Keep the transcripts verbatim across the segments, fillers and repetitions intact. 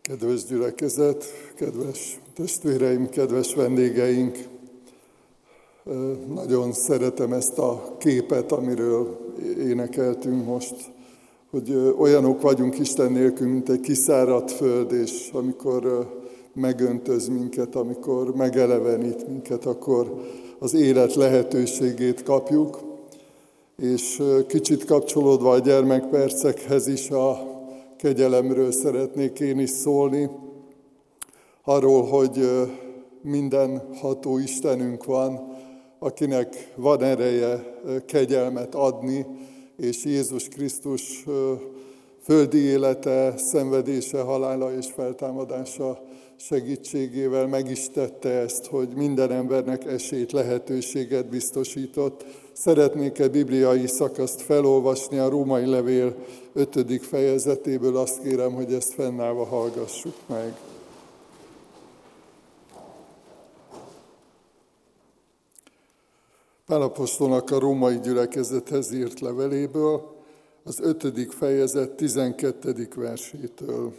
Kedves gyülekezet, kedves testvéreim, kedves vendégeink! Nagyon szeretem ezt a képet, amiről énekeltünk most, hogy olyanok vagyunk Isten nélkül, mint egy kiszáradt föld, és amikor megöntöz minket, amikor megelevenít minket, akkor az élet lehetőségét kapjuk. És kicsit kapcsolódva a gyermekpercekhez is a kegyelemről szeretnék én is szólni, arról, hogy mindenható Istenünk van, akinek van ereje kegyelmet adni, és Jézus Krisztus földi élete, szenvedése, halála és feltámadása segítségével meg is tette ezt, hogy minden embernek esélyt, lehetőséget biztosított. Szeretnék egy bibliai szakaszt felolvasni a Római levél ötödik fejezetéből, azt kérem, hogy ezt fennállva hallgassuk meg. Pál apostolnak a római gyülekezethez írt leveléből, az ötödik fejezet tizenkettedik versétől.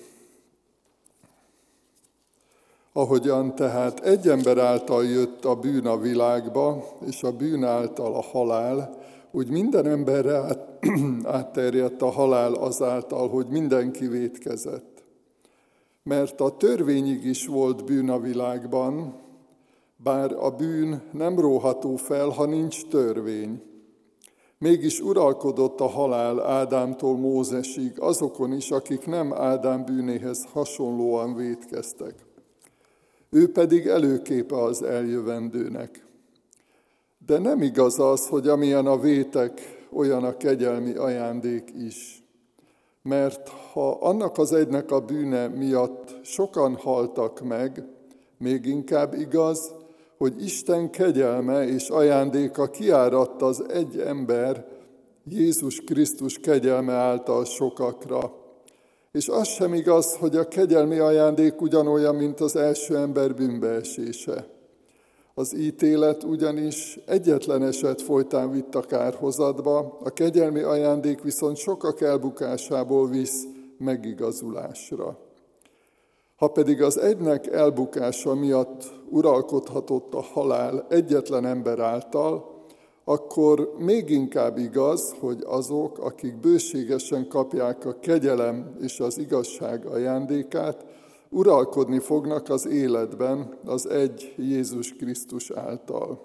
Ahogyan tehát egy ember által jött a bűn a világba, és a bűn által a halál, úgy minden emberre át, átterjedt a halál azáltal, hogy mindenki vétkezett. Mert a törvényig is volt bűn a világban, bár a bűn nem róható fel, ha nincs törvény. Mégis uralkodott a halál Ádámtól Mózesig azokon is, akik nem Ádám bűnéhez hasonlóan vétkeztek. Ő pedig előképe az eljövendőnek. De nem igaz az, hogy amilyen a vétek, olyan a kegyelmi ajándék is. Mert ha annak az egynek a bűne miatt sokan haltak meg, még inkább igaz, hogy Isten kegyelme és ajándéka kiáradt az egy ember, Jézus Krisztus kegyelme által sokakra. És az sem igaz, hogy a kegyelmi ajándék ugyanolyan, mint az első ember bűnbeesése. Az ítélet ugyanis egyetlen eset folytán vitt a kárhozatba, a kegyelmi ajándék viszont sokak elbukásából visz megigazulásra. Ha pedig az egynek elbukása miatt uralkodhatott a halál egyetlen ember által, akkor még inkább igaz, hogy azok, akik bőségesen kapják a kegyelem és az igazság ajándékát, uralkodni fognak az életben az egy Jézus Krisztus által.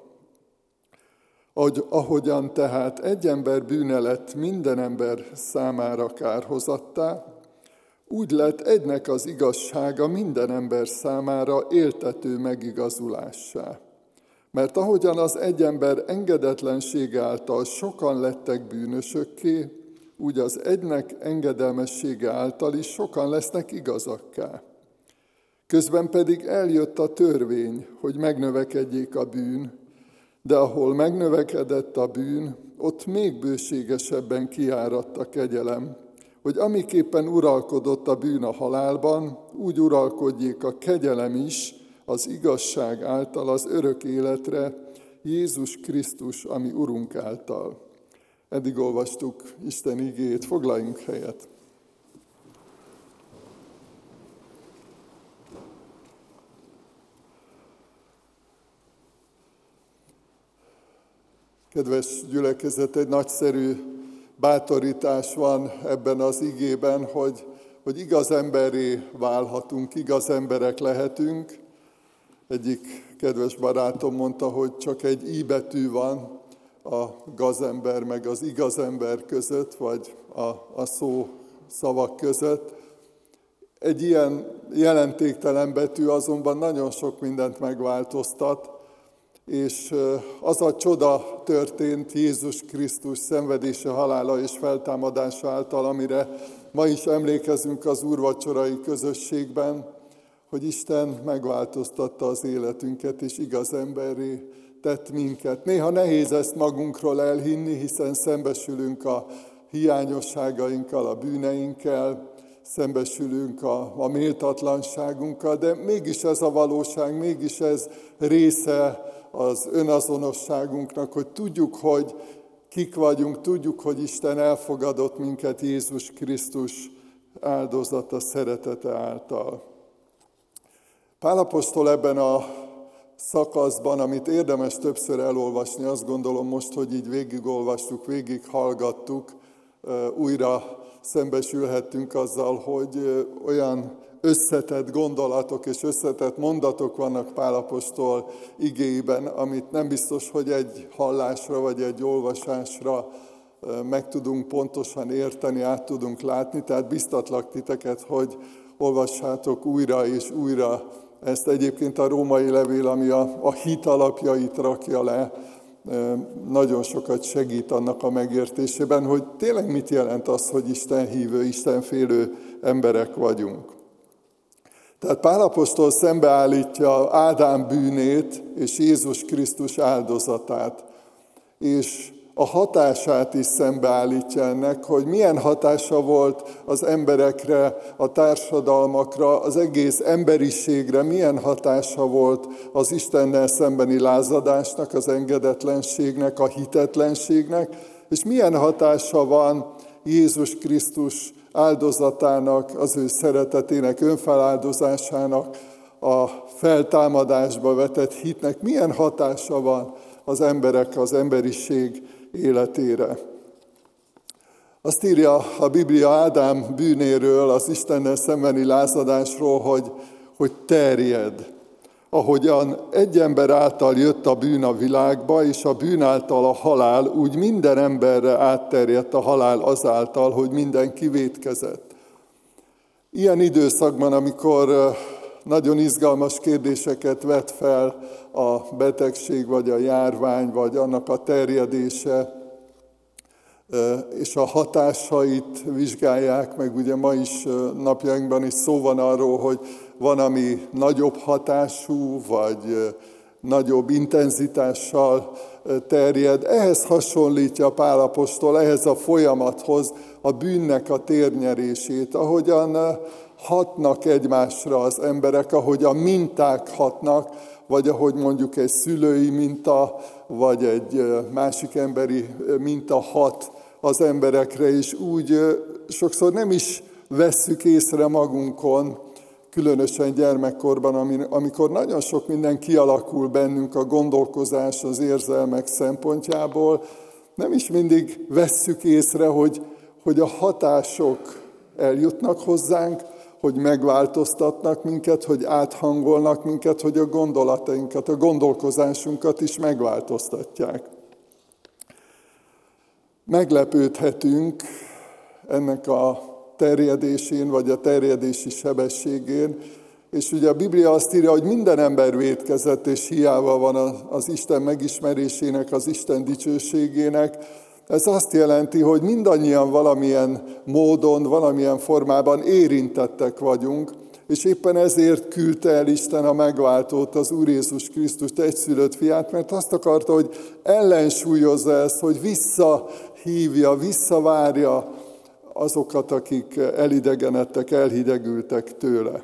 Ahogyan tehát egy ember bűne lett minden ember számára kárhozattá, úgy lett egynek az igazsága minden ember számára éltető megigazulássá. Mert ahogyan az egy ember engedetlensége által sokan lettek bűnösökké, úgy az egynek engedelmessége által is sokan lesznek igazakká. Közben pedig eljött a törvény, hogy megnövekedjék a bűn, de ahol megnövekedett a bűn, ott még bőségesebben kiáradt a kegyelem, hogy amiképpen uralkodott a bűn a halálban, úgy uralkodjék a kegyelem is az igazság által az örök életre, Jézus Krisztus, ami Urunk által. Eddig olvastuk Isten igéjét, foglaljunk helyet. Kedves gyülekezet, egy nagyszerű bátorítás van ebben az igében, hogy, hogy igaz emberré válhatunk, igaz emberek lehetünk. Egyik kedves barátom mondta, hogy csak egy i betű van a gazember meg az igazember között, vagy a, a szó szavak között. Egy ilyen jelentéktelen betű azonban nagyon sok mindent megváltoztat, és az a csoda történt Jézus Krisztus szenvedése, halála és feltámadása által, amire ma is emlékezünk az úrvacsorai közösségben, hogy Isten megváltoztatta az életünket, és igaz emberré tett minket. Néha nehéz ezt magunkról elhinni, hiszen szembesülünk a hiányosságainkkal, a bűneinkkel, szembesülünk a, a méltatlanságunkkal, de mégis ez a valóság, mégis ez része az önazonosságunknak, hogy tudjuk, hogy kik vagyunk, tudjuk, hogy Isten elfogadott minket Jézus Krisztus áldozata, szeretete által. Pál apostol ebben a szakaszban, amit érdemes többször elolvasni, azt gondolom most, hogy így végigolvastuk, végighallgattuk, újra szembesülhettünk azzal, hogy olyan összetett gondolatok és összetett mondatok vannak Pál apostol igéiben, amit nem biztos, hogy egy hallásra vagy egy olvasásra meg tudunk pontosan érteni, át tudunk látni, tehát biztatlak titeket, hogy olvassátok újra és újra ezt. Egyébként a római levél, ami a, a hit alapjait rakja le, nagyon sokat segít annak a megértésében, hogy tényleg mit jelent az, hogy Isten hívő, Isten félő emberek vagyunk. Tehát Pál apostol szembeállítja Ádám bűnét és Jézus Krisztus áldozatát, és a hatását is szembeállítja ennek, hogy milyen hatása volt az emberekre, a társadalmakra, az egész emberiségre, milyen hatása volt az Istennel szembeni lázadásnak, az engedetlenségnek, a hitetlenségnek, és milyen hatása van Jézus Krisztus áldozatának, az ő szeretetének, önfeláldozásának, a feltámadásba vetett hitnek, milyen hatása van az emberek, az emberiség életére. Azt írja a Biblia Ádám bűnéről, az Istennel szembeni lázadásról, hogy, hogy terjed. Ahogyan egy ember által jött a bűn a világba, és a bűn által a halál, úgy minden emberre átterjedt a halál azáltal, hogy mindenki vétkezett. Ilyen időszakban, amikor nagyon izgalmas kérdéseket vet fel a betegség, vagy a járvány, vagy annak a terjedése, és a hatásait vizsgálják, meg ugye ma is napjainkban is szó van arról, hogy van, ami nagyobb hatású, vagy nagyobb intenzitással terjed. Ehhez hasonlítja Pál apostol, ehhez a folyamathoz a bűnnek a térnyerését, ahogyan hatnak egymásra az emberek, ahogy a minták hatnak, vagy ahogy mondjuk egy szülői minta, vagy egy másik emberi minta hat az emberekre, és úgy sokszor nem is vesszük észre magunkon, különösen gyermekkorban, amikor nagyon sok minden kialakul bennünk a gondolkozás, az érzelmek szempontjából, nem is mindig vesszük észre, hogy, hogy a hatások eljutnak hozzánk, hogy megváltoztatnak minket, hogy áthangolnak minket, hogy a gondolatainkat, a gondolkozásunkat is megváltoztatják. Meglepődhetünk ennek a terjedésén, vagy a terjedési sebességén, és ugye a Biblia azt írja, hogy minden ember vétkezett, és hiába van az Isten megismerésének, az Isten dicsőségének. Ez azt jelenti, hogy mindannyian valamilyen módon, valamilyen formában érintettek vagyunk, és éppen ezért küldte el Isten a megváltót, az Úr Jézus Krisztust, egyszülött fiát, mert azt akarta, hogy ellensúlyozza ezt, hogy visszahívja, visszavárja azokat, akik elidegenedtek, elhidegültek tőle.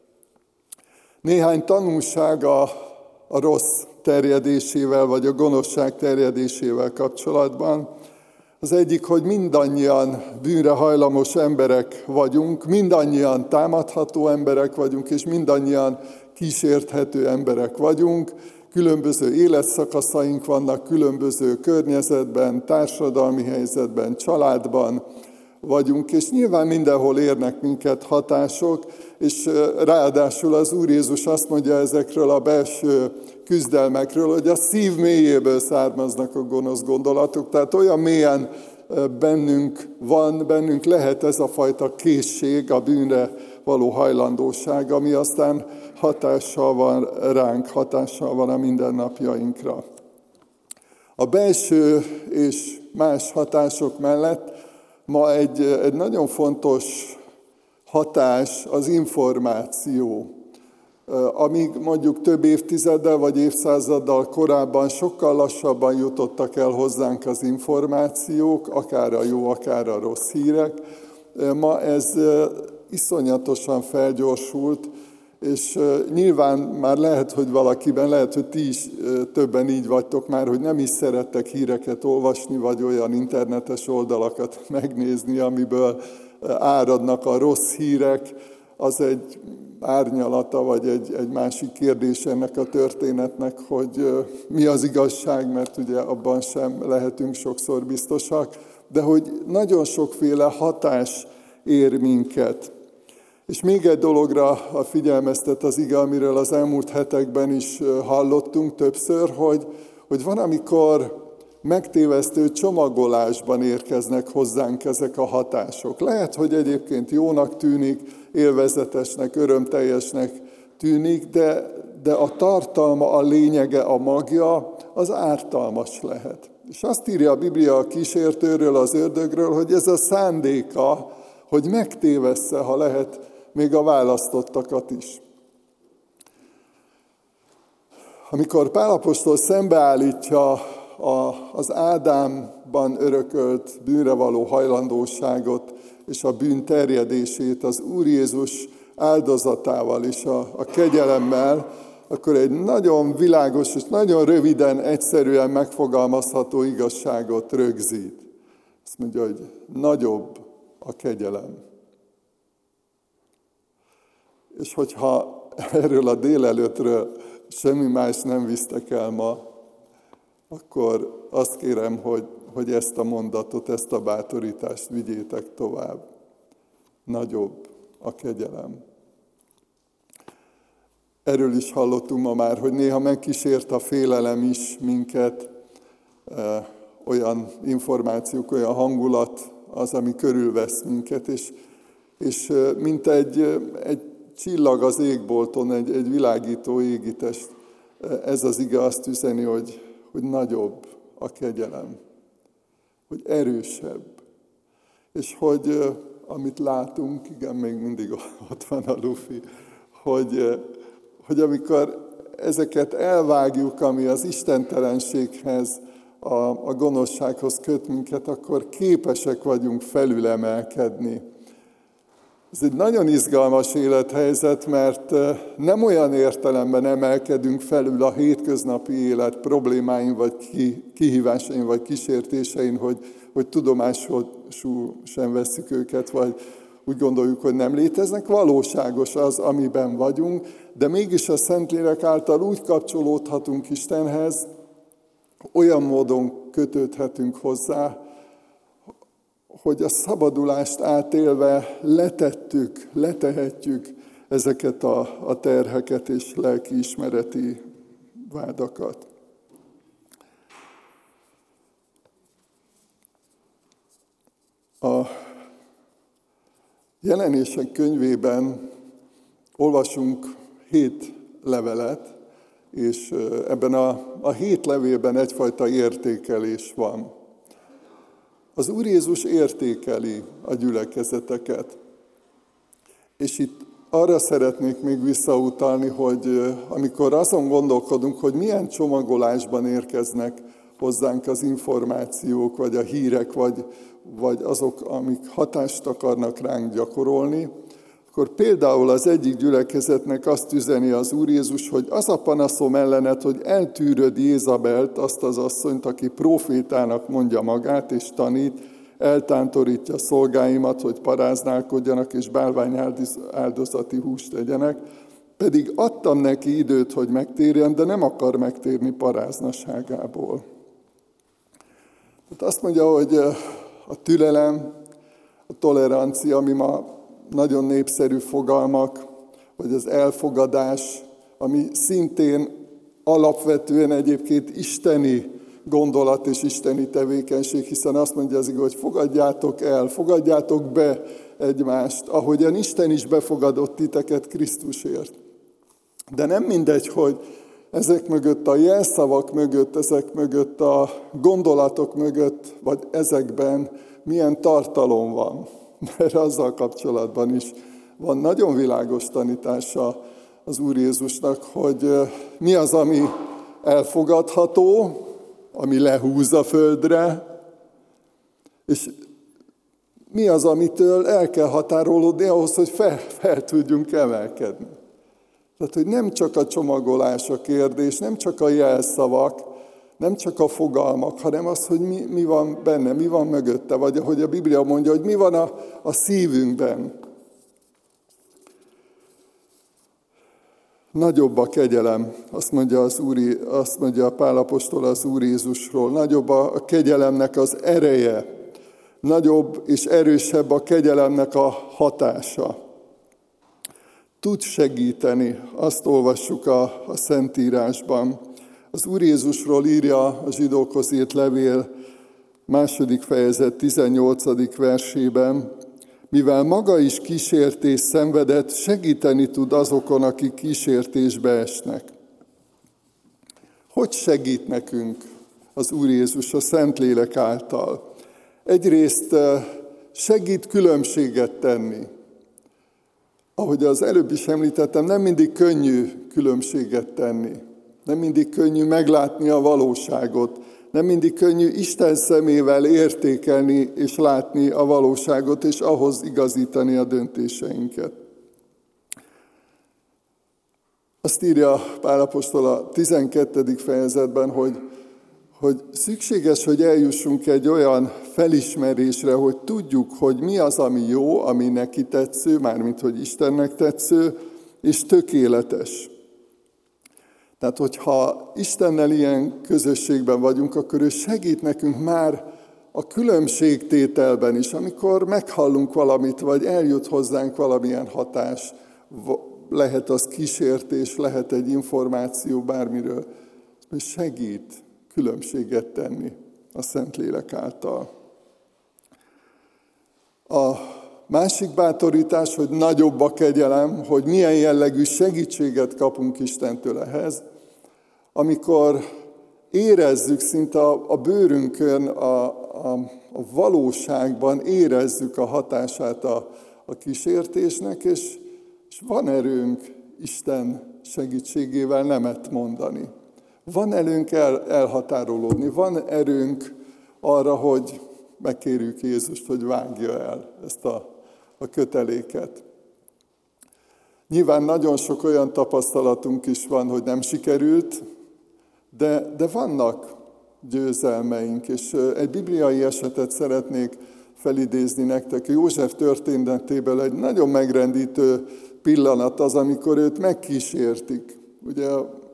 Néhány tanulsága a rossz terjedésével, vagy a gonoszság terjedésével kapcsolatban. Az egyik, hogy mindannyian bűnre hajlamos emberek vagyunk, mindannyian támadható emberek vagyunk, és mindannyian kísérthető emberek vagyunk. Különböző életszakaszaink vannak, különböző környezetben, társadalmi helyzetben, családban vagyunk, és nyilván mindenhol érnek minket hatások, és ráadásul az Úr Jézus azt mondja ezekről a belső küzdelmekről, hogy a szív mélyéből származnak a gonosz gondolatok, tehát olyan mélyen bennünk van, bennünk lehet ez a fajta készség, a bűnre való hajlandóság, ami aztán hatással van ránk, hatással van a mindennapjainkra. A belső és más hatások mellett ma egy, egy nagyon fontos hatás az információ. Amíg mondjuk több évtizeddel vagy évszázaddal korábban sokkal lassabban jutottak el hozzánk az információk, akár a jó, akár a rossz hírek, ma ez iszonyatosan felgyorsult, és nyilván már lehet, hogy valakiben, lehet, hogy ti is többen így vagytok már, hogy nem is szerettek híreket olvasni, vagy olyan internetes oldalakat megnézni, amiből áradnak a rossz hírek, az egy árnyalata, vagy egy, egy másik kérdés ennek a történetnek, hogy mi az igazság, mert ugye abban sem lehetünk sokszor biztosak, de hogy nagyon sokféle hatás ér minket. És még egy dologra a figyelmeztet az ige, amiről az elmúlt hetekben is hallottunk többször, hogy, hogy van, amikor megtévesztő csomagolásban érkeznek hozzánk ezek a hatások. Lehet, hogy egyébként jónak tűnik, élvezetesnek, örömteljesnek tűnik, de, de a tartalma, a lényege, a magja, az ártalmas lehet. És azt írja a Biblia a kísértőről, az ördögről, hogy ez a szándéka, hogy megtévessze, ha lehet, még a választottakat is. Amikor Pál apostol szembeállítja a, az Ádámban örökölt bűnre való hajlandóságot és a bűn terjedését az Úr Jézus áldozatával és a, a kegyelemmel, akkor egy nagyon világos és nagyon röviden, egyszerűen megfogalmazható igazságot rögzít. Azt mondja, hogy nagyobb a kegyelem. És hogyha erről a délelőttről semmi más nem visztek el ma, akkor azt kérem, hogy, hogy ezt a mondatot, ezt a bátorítást vigyétek tovább. Nagyobb a kegyelem. Erről is hallottunk ma már, hogy néha megkísért a félelem is minket, e, olyan információk, olyan hangulat az, ami körülvesz minket, és, és mint egy, egy csillag az égbolton, egy, egy világító égitest, ez az ige azt üzeni, hogy, hogy nagyobb a kegyelem, hogy erősebb, és hogy amit látunk, igen, még mindig ott van a lufi, hogy, hogy amikor ezeket elvágjuk, ami az istentelenséghez, a, a gonoszsághoz köt minket, akkor képesek vagyunk felülemelkedni. Ez egy nagyon izgalmas élethelyzet, mert nem olyan értelemben emelkedünk felül a hétköznapi élet problémáin, vagy kihívásain, vagy kísértésein, hogy, hogy tudomásul sem vesszük őket, vagy úgy gondoljuk, hogy nem léteznek. Valóságos az, amiben vagyunk, de mégis a Szentlélek által úgy kapcsolódhatunk Istenhez, olyan módon kötődhetünk hozzá, hogy a szabadulást átélve letettük, letehetjük ezeket a, a terheket és lelkiismereti vádakat. A Jelenések könyvében olvasunk hét levelet, és ebben a, a hét levélben egyfajta értékelés van. Az Úr Jézus értékeli a gyülekezeteket. És itt arra szeretnék még visszautalni, hogy amikor azon gondolkodunk, hogy milyen csomagolásban érkeznek hozzánk az információk, vagy a hírek, vagy, vagy azok, amik hatást akarnak ránk gyakorolni, akkor például az egyik gyülekezetnek azt üzeni az Úr Jézus, hogy az a panaszom ellened, hogy eltűröd Jézabelt, azt az asszonyt, aki prófétának mondja magát és tanít, eltántorítja szolgáimat, hogy paráználkodjanak és bálványáldozati húst tegyenek, pedig adtam neki időt, hogy megtérjen, de nem akar megtérni paráznaságából. Hát azt mondja, hogy a türelem, a tolerancia, ami ma nagyon népszerű fogalmak, vagy az elfogadás, ami szintén alapvetően egyébként isteni gondolat és isteni tevékenység, hiszen azt mondja az igaz, hogy fogadjátok el, fogadjátok be egymást, ahogyan Isten is befogadott titeket Krisztusért. De nem mindegy, hogy ezek mögött a jelszavak mögött, ezek mögött a gondolatok mögött, vagy ezekben milyen tartalom van. Mert azzal kapcsolatban is van nagyon világos tanítása az Úr Jézusnak, hogy mi az, ami elfogadható, ami lehúz a földre, és mi az, amitől el kell határolódni ahhoz, hogy fel, fel tudjunk emelkedni. Tehát, hogy nem csak a csomagolás a kérdés, nem csak a jelszavak, nem csak a fogalmak, hanem az, hogy mi, mi van benne, mi van mögötte, vagy ahogy a Biblia mondja, hogy mi van a, a szívünkben. Nagyobb a kegyelem, azt mondja, az Úr, azt mondja a Pál apostol az Úr Jézusról. Nagyobb a kegyelemnek az ereje, nagyobb és erősebb a kegyelemnek a hatása. Tud segíteni, azt olvassuk a, a Szentírásban. Az Úr Jézusról írja a zsidókhoz írt levél második fejezet tizennyolcadik versében, mivel maga is kísértést szenvedett, segíteni tud azokon, akik kísértésbe esnek. Hogy segít nekünk az Úr Jézus a Szentlélek által? Egyrészt segít különbséget tenni. Ahogy az előbb is említettem, nem mindig könnyű különbséget tenni. Nem mindig könnyű meglátni a valóságot. Nem mindig könnyű Isten szemével értékelni és látni a valóságot, és ahhoz igazítani a döntéseinket. Azt írja Pál apostol a tizenkettedik fejezetben, hogy, hogy szükséges, hogy eljussunk egy olyan felismerésre, hogy tudjuk, hogy mi az, ami jó, ami neki tetsző, mármint hogy Istennek tetsző, és tökéletes. Tehát, hogyha Istennel ilyen közösségben vagyunk, akkor ő segít nekünk már a különbségtételben is, amikor meghallunk valamit, vagy eljut hozzánk valamilyen hatás, lehet az kísértés, lehet egy információ bármiről, hogy segít különbséget tenni a Szentlélek által. A másik bátorítás, hogy nagyobb a kegyelem, hogy milyen jellegű segítséget kapunk Istentől ehhez, amikor érezzük szinte a, a bőrünkön, a, a, a valóságban érezzük a hatását a, a kísértésnek, és, és van erőnk Isten segítségével nemet mondani. Van erőnk el, elhatárolódni, van erőnk arra, hogy megkérjük Jézust, hogy vágja el ezt a, a köteléket. Nyilván nagyon sok olyan tapasztalatunk is van, hogy nem sikerült, de, de vannak győzelmeink, és egy bibliai esetet szeretnék felidézni nektek. József történetéből egy nagyon megrendítő pillanat az, amikor őt megkísértik. Ugye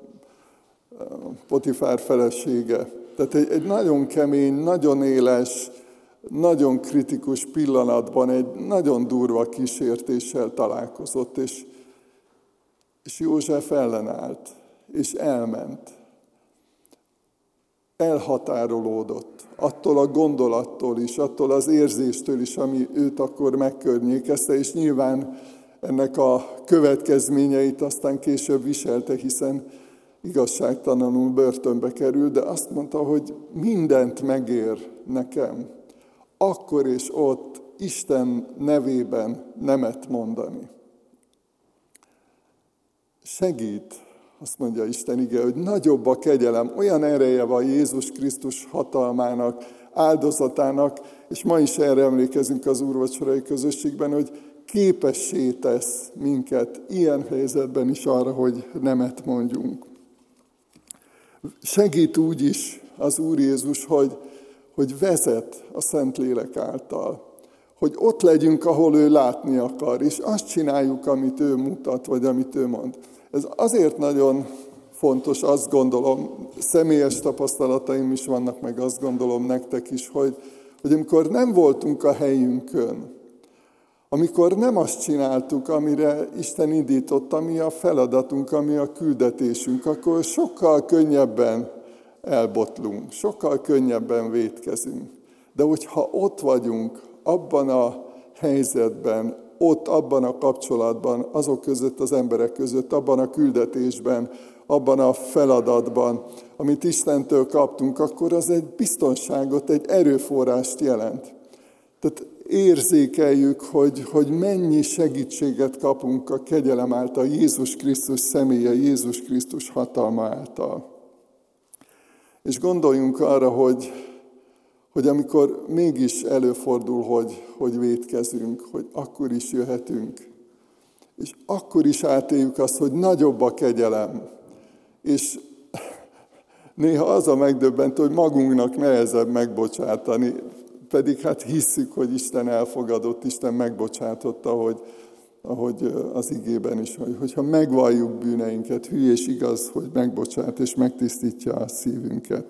Potifár felesége. Tehát egy, egy nagyon kemény, nagyon éles, nagyon kritikus pillanatban egy nagyon durva kísértéssel találkozott, és, és József ellenállt, és elment. Elhatárolódott attól a gondolattól is, attól az érzéstől is, ami őt akkor megkörnyékezte, és nyilván ennek a következményeit aztán később viselte, hiszen igazságtalanul börtönbe kerül, de azt mondta, hogy mindent megér nekem, akkor és ott Isten nevében nemet mondani. Segít, azt mondja Isten ige, hogy nagyobb a kegyelem, olyan ereje van Jézus Krisztus hatalmának, áldozatának, és ma is erre emlékezünk az úrvacsorai közösségben, hogy képessé tesz minket ilyen helyzetben is arra, hogy nemet mondjunk. Segít úgy is az Úr Jézus, hogy, hogy vezet a Szentlélek által. Hogy ott legyünk, ahol ő látni akar, és azt csináljuk, amit ő mutat, vagy amit ő mond. Ez azért nagyon fontos, azt gondolom, személyes tapasztalataim is vannak, meg azt gondolom nektek is, hogy, hogy amikor nem voltunk a helyünkön, amikor nem azt csináltuk, amire Isten indított, ami a feladatunk, ami a küldetésünk, akkor sokkal könnyebben elbotlunk, sokkal könnyebben vétkezünk. De hogyha ott vagyunk, abban a helyzetben, ott, abban a kapcsolatban, azok között, az emberek között, abban a küldetésben, abban a feladatban, amit Istentől kaptunk, akkor az egy biztonságot, egy erőforrást jelent. Tehát érzékeljük, hogy, hogy mennyi segítséget kapunk a kegyelem által, Jézus Krisztus személye, Jézus Krisztus hatalma által. És gondoljunk arra, hogy, hogy amikor mégis előfordul, hogy, hogy vétkezünk, hogy akkor is jöhetünk, és akkor is átéljük azt, hogy nagyobb a kegyelem. És néha az a megdöbbentő, hogy magunknak nehezebb megbocsátani, pedig hát hisszük, hogy Isten elfogadott, Isten megbocsátotta, hogy ahogy az igében is, hogy hogyha megvalljuk bűneinket, hű és igaz, hogy megbocsát és megtisztítja a szívünket.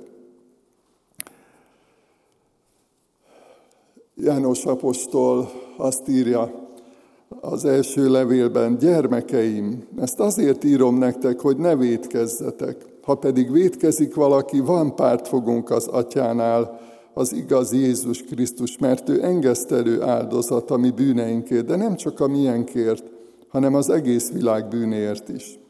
János apostol azt írja az első levélben: gyermekeim, ezt azért írom nektek, hogy ne vétkezzetek. Ha pedig vétkezik valaki, van pártfogónk az Atyánál, az igaz Jézus Krisztus, mert ő engesztelő áldozat a mi bűneinkért, de nem csak a miénkért, hanem az egész világ bűnéért is.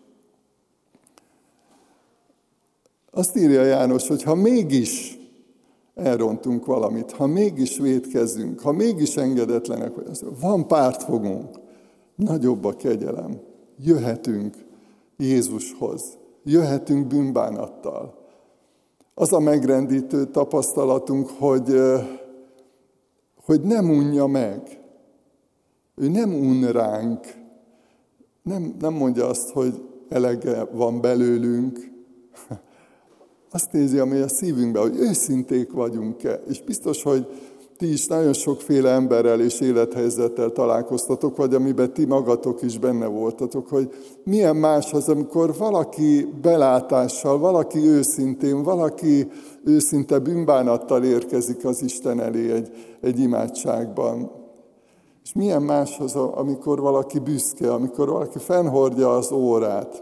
Azt írja János, hogy ha mégis elrontunk valamit, ha mégis vétkezünk, ha mégis engedetlenek, van pártfogónk, nagyobb a kegyelem, jöhetünk Jézushoz, jöhetünk bűnbánattal. Az a megrendítő tapasztalatunk, hogy, hogy nem unja meg. Ő nem un ránk. Nem, nem mondja azt, hogy elege van belőlünk. Azt nézi, ami a szívünkben, hogy őszinték vagyunk-e. És biztos, hogy ti is nagyon sokféle emberrel és élethelyzettel találkoztatok, vagy amiben ti magatok is benne voltatok, hogy milyen más az, amikor valaki belátással, valaki őszintén, valaki őszinte bűnbánattal érkezik az Isten elé egy, egy imádságban. És milyen más az, amikor valaki büszke, amikor valaki fennhordja az órát,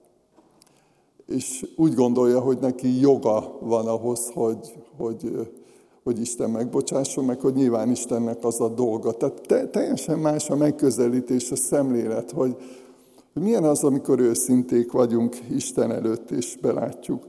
és úgy gondolja, hogy neki joga van ahhoz, hogy, hogy, hogy Isten megbocsásson, meg hogy nyilván Istennek az a dolga. Tehát te, teljesen más a megközelítés, a szemlélet, hogy, hogy milyen az, amikor őszinték vagyunk Isten előtt, és belátjuk.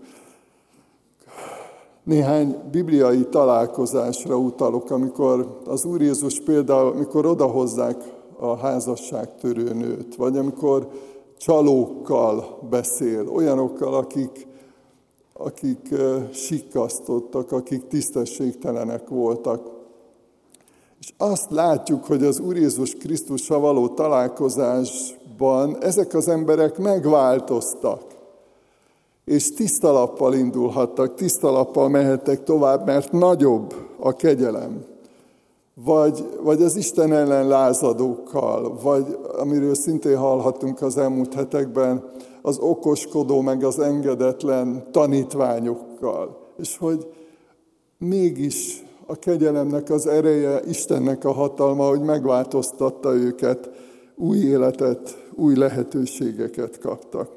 Néhány bibliai találkozásra utalok, amikor az Úr Jézus például, amikor odahozzák a házasságtörő nőt, vagy amikor csalókkal beszél, olyanokkal, akik, akik sikkasztottak, akik tisztességtelenek voltak. És azt látjuk, hogy az Úr Jézus Krisztussal való találkozásban ezek az emberek megváltoztak, és tiszta lappal indulhattak, tiszta lappal mehettek tovább, mert nagyobb a kegyelem. Vagy, vagy az Isten ellen lázadókkal, vagy amiről szintén hallhattunk az elmúlt hetekben, az okoskodó, meg az engedetlen tanítványokkal. És hogy mégis a kegyelemnek az ereje, Istennek a hatalma, hogy megváltoztatta őket, új életet, új lehetőségeket kaptak.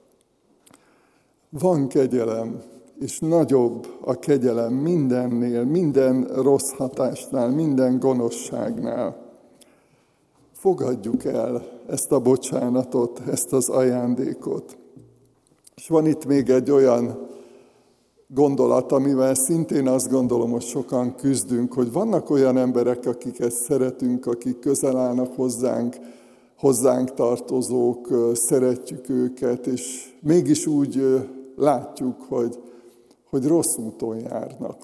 Van kegyelem, és nagyobb a kegyelem mindennél, minden rossz hatásnál, minden gonoszságnál. Fogadjuk el ezt a bocsánatot, ezt az ajándékot. És van itt még egy olyan gondolat, amivel szintén azt gondolom, hogy sokan küzdünk, hogy vannak olyan emberek, akiket szeretünk, akik közel állnak hozzánk, hozzánk tartozók, szeretjük őket, és mégis úgy látjuk, hogy, hogy rossz úton járnak.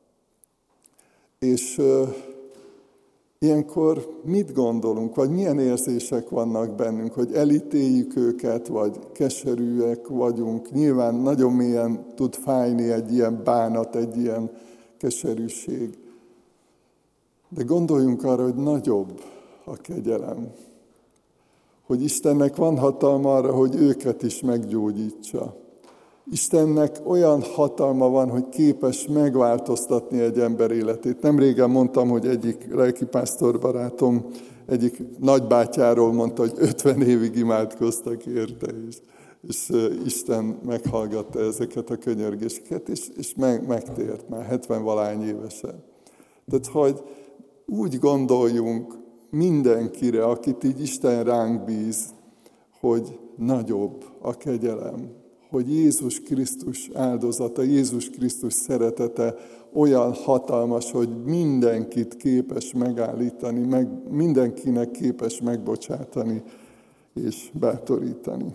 És uh, ilyenkor mit gondolunk, vagy milyen érzések vannak bennünk, hogy elítéljük őket, vagy keserűek vagyunk. Nyilván nagyon mélyen tud fájni egy ilyen bánat, egy ilyen keserűség. De gondoljunk arra, hogy nagyobb a kegyelem. Hogy Istennek van hatalma arra, hogy őket is meggyógyítsa. Istennek olyan hatalma van, hogy képes megváltoztatni egy ember életét. Nem régen mondtam, hogy egyik lelkipásztor barátom egyik nagybátyáról mondta, hogy ötven évig imádkoztak érte, és, és Isten meghallgatta ezeket a könyörgéseket, és, és meg, megtért már hetven-valány évesen. Tehát, hogy úgy gondoljunk mindenkire, akit így Isten ránk bíz, hogy nagyobb a kegyelem, hogy Jézus Krisztus áldozata, Jézus Krisztus szeretete olyan hatalmas, hogy mindenkit képes megállítani, meg mindenkinek képes megbocsátani és bátorítani.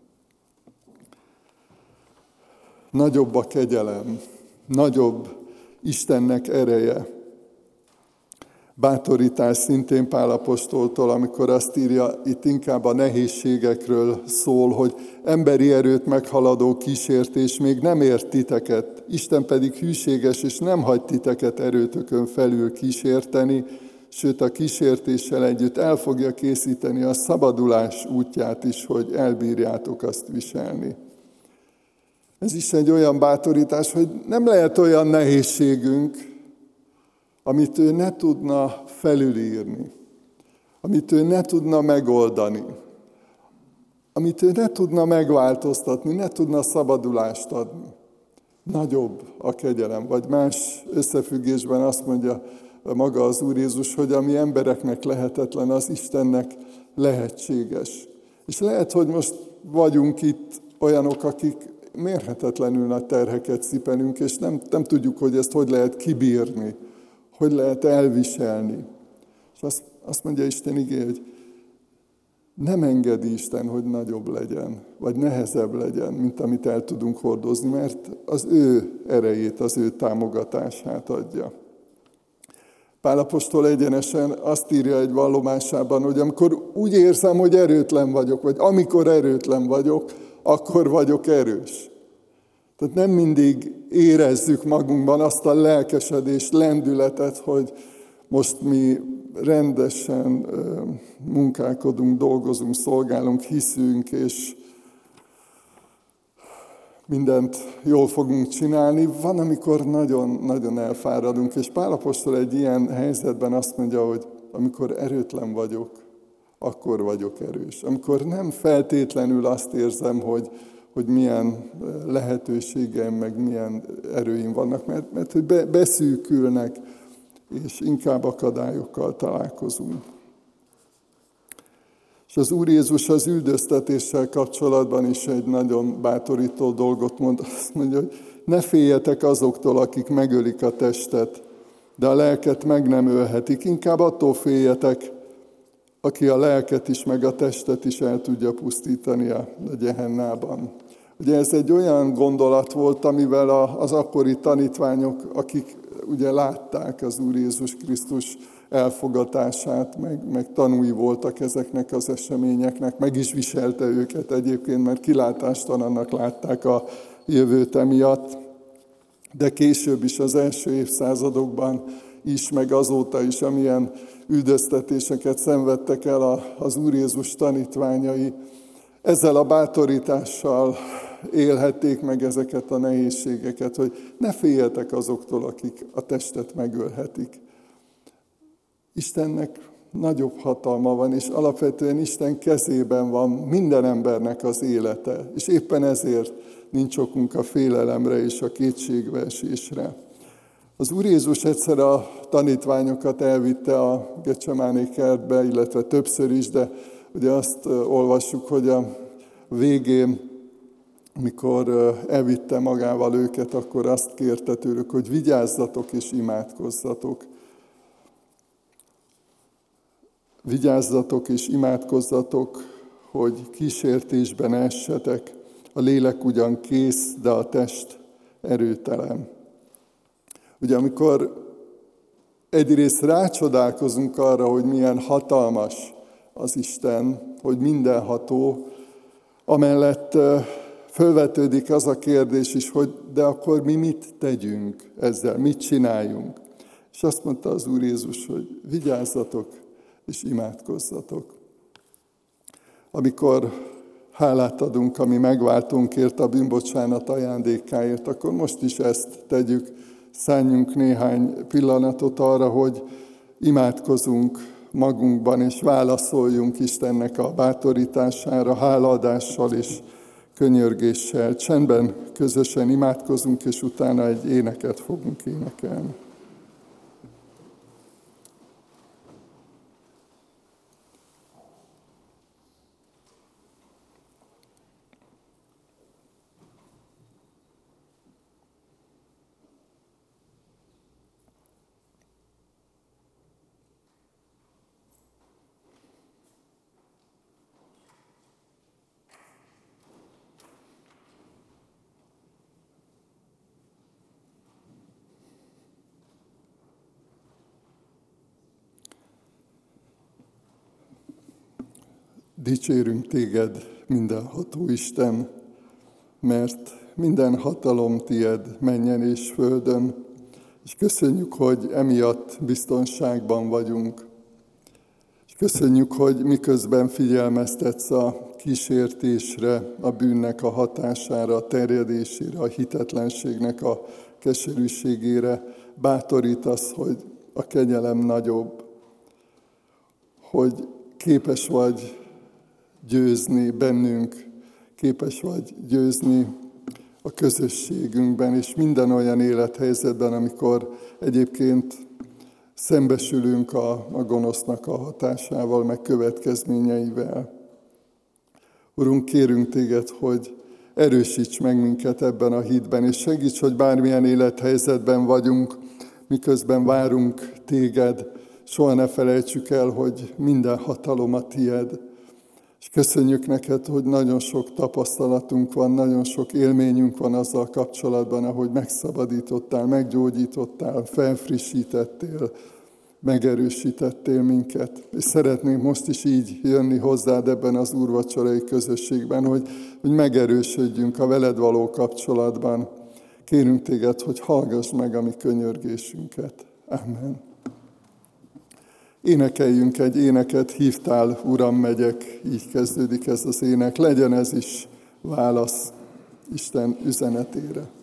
Nagyobb a kegyelem, nagyobb Istennek ereje. Bátorítás szintén Pál apostoltól, amikor azt írja, itt inkább a nehézségekről szól, hogy emberi erőt meghaladó kísértés még nem ért titeket, Isten pedig hűséges, és nem hagy titeket erőtökön felül kísérteni, sőt a kísértéssel együtt el fogja készíteni a szabadulás útját is, hogy elbírjátok azt viselni. Ez is egy olyan bátorítás, hogy nem lehet olyan nehézségünk, amit ő ne tudna felülírni, amit ő ne tudna megoldani, amit ő ne tudna megváltoztatni, ne tudna szabadulást adni. Nagyobb a kegyelem, vagy más összefüggésben azt mondja maga az Úr Jézus, hogy ami embereknek lehetetlen, az Istennek lehetséges. És lehet, hogy most vagyunk itt olyanok, akik mérhetetlenül nagy terheket cipelünk, és nem, nem tudjuk, hogy ezt hogy lehet kibírni, hogy lehet elviselni. És azt, azt mondja Isten igéje, hogy nem engedi Isten, hogy nagyobb legyen, vagy nehezebb legyen, mint amit el tudunk hordozni, mert az ő erejét, az ő támogatását adja. Pál apostol egyenesen azt írja egy vallomásában, hogy amikor úgy érzem, hogy erőtlen vagyok, vagy amikor erőtlen vagyok, akkor vagyok erős. Tehát nem mindig érezzük magunkban azt a lelkesedést, lendületet, hogy most mi rendesen munkálkodunk, dolgozunk, szolgálunk, hiszünk, és mindent jól fogunk csinálni. Van, amikor nagyon-nagyon elfáradunk, és Pál apostol egy ilyen helyzetben azt mondja, hogy amikor erőtlen vagyok, akkor vagyok erős. Amikor nem feltétlenül azt érzem, hogy, hogy milyen lehetőségeim, meg milyen erőim vannak, mert, mert hogy be, beszűkülnek, és inkább akadályokkal találkozunk. És az Úr Jézus az üldöztetéssel kapcsolatban is egy nagyon bátorító dolgot mond. Azt mondja, hogy ne féljetek azoktól, akik megölik a testet, de a lelket meg nem ölhetik. Inkább attól féljetek, aki a lelket is, meg a testet is el tudja pusztítani a gyehennában. Ugye ez egy olyan gondolat volt, amivel az akkori tanítványok, akik ugye látták az Úr Jézus Krisztus elfogatását, meg, meg tanúi voltak ezeknek az eseményeknek, meg is viselte őket egyébként, mert kilátástalannak látták a jövőt emiatt. De később is, az első évszázadokban is, meg azóta is, amilyen üldöztetéseket szenvedtek el az Úr Jézus tanítványai, ezzel a bátorítással élhették meg ezeket a nehézségeket, hogy ne féljetek azoktól, akik a testet megölhetik. Istennek nagyobb hatalma van, és alapvetően Isten kezében van minden embernek az élete, és éppen ezért nincs okunk a félelemre és a kétségbeesésre. Az Úr Jézus egyszer a tanítványokat elvitte a Gecsemáné kertbe, illetve többször is, de ugye azt olvassuk, hogy a végén, amikor elvitte magával őket, akkor azt kérte tőlük, hogy vigyázzatok és imádkozzatok. Vigyázzatok és imádkozzatok, hogy kísértésben essetek. A lélek ugyan kész, de a test erőtelen. Ugye amikor egyrészt rácsodálkozunk arra, hogy milyen hatalmas az Isten, hogy mindenható, amellett fölvetődik az a kérdés is, hogy de akkor mi mit tegyünk ezzel, mit csináljunk. És azt mondta az Úr Jézus, hogy vigyázzatok és imádkozzatok. Amikor hálát adunk a mi megváltónkért, a bűnbocsánat ajándékáért, akkor most is ezt tegyük, szálljunk néhány pillanatot arra, hogy imádkozunk magunkban, és válaszoljunk Istennek a bátorítására, hálaadással és könyörgéssel. Csendben közösen imádkozunk, és utána egy éneket fogunk énekelni. Dicsérünk téged, mindenható Isten, mert minden hatalom tied mennyen és földön, És köszönjük, hogy emiatt biztonságban vagyunk. És köszönjük, hogy miközben figyelmeztetsz a kísértésre, a bűnnek a hatására, a terjedésére, a hitetlenségnek a keserűségére, bátorítasz, hogy a kegyelem nagyobb, hogy képes vagy győzni bennünk, képes vagy győzni a közösségünkben, és minden olyan élethelyzetben, amikor egyébként szembesülünk a, a gonosznak a hatásával, meg következményeivel. Urunk, kérünk téged, hogy erősíts meg minket ebben a hitben, és segíts, hogy bármilyen élethelyzetben vagyunk, miközben várunk téged, soha ne felejtsük el, hogy minden hatalom a tied. És köszönjük neked, hogy nagyon sok tapasztalatunk van, nagyon sok élményünk van azzal kapcsolatban, ahogy megszabadítottál, meggyógyítottál, felfrissítettél, megerősítettél minket. És szeretnénk most is így jönni hozzád ebben az úrvacsorai közösségben, hogy, hogy megerősödjünk a veled való kapcsolatban. Kérünk téged, hogy hallgass meg a mi könyörgésünket. Amen. Énekeljünk egy éneket, hívtál, Uram, megyek, így kezdődik ez az ének. Legyen ez is válasz Isten üzenetére.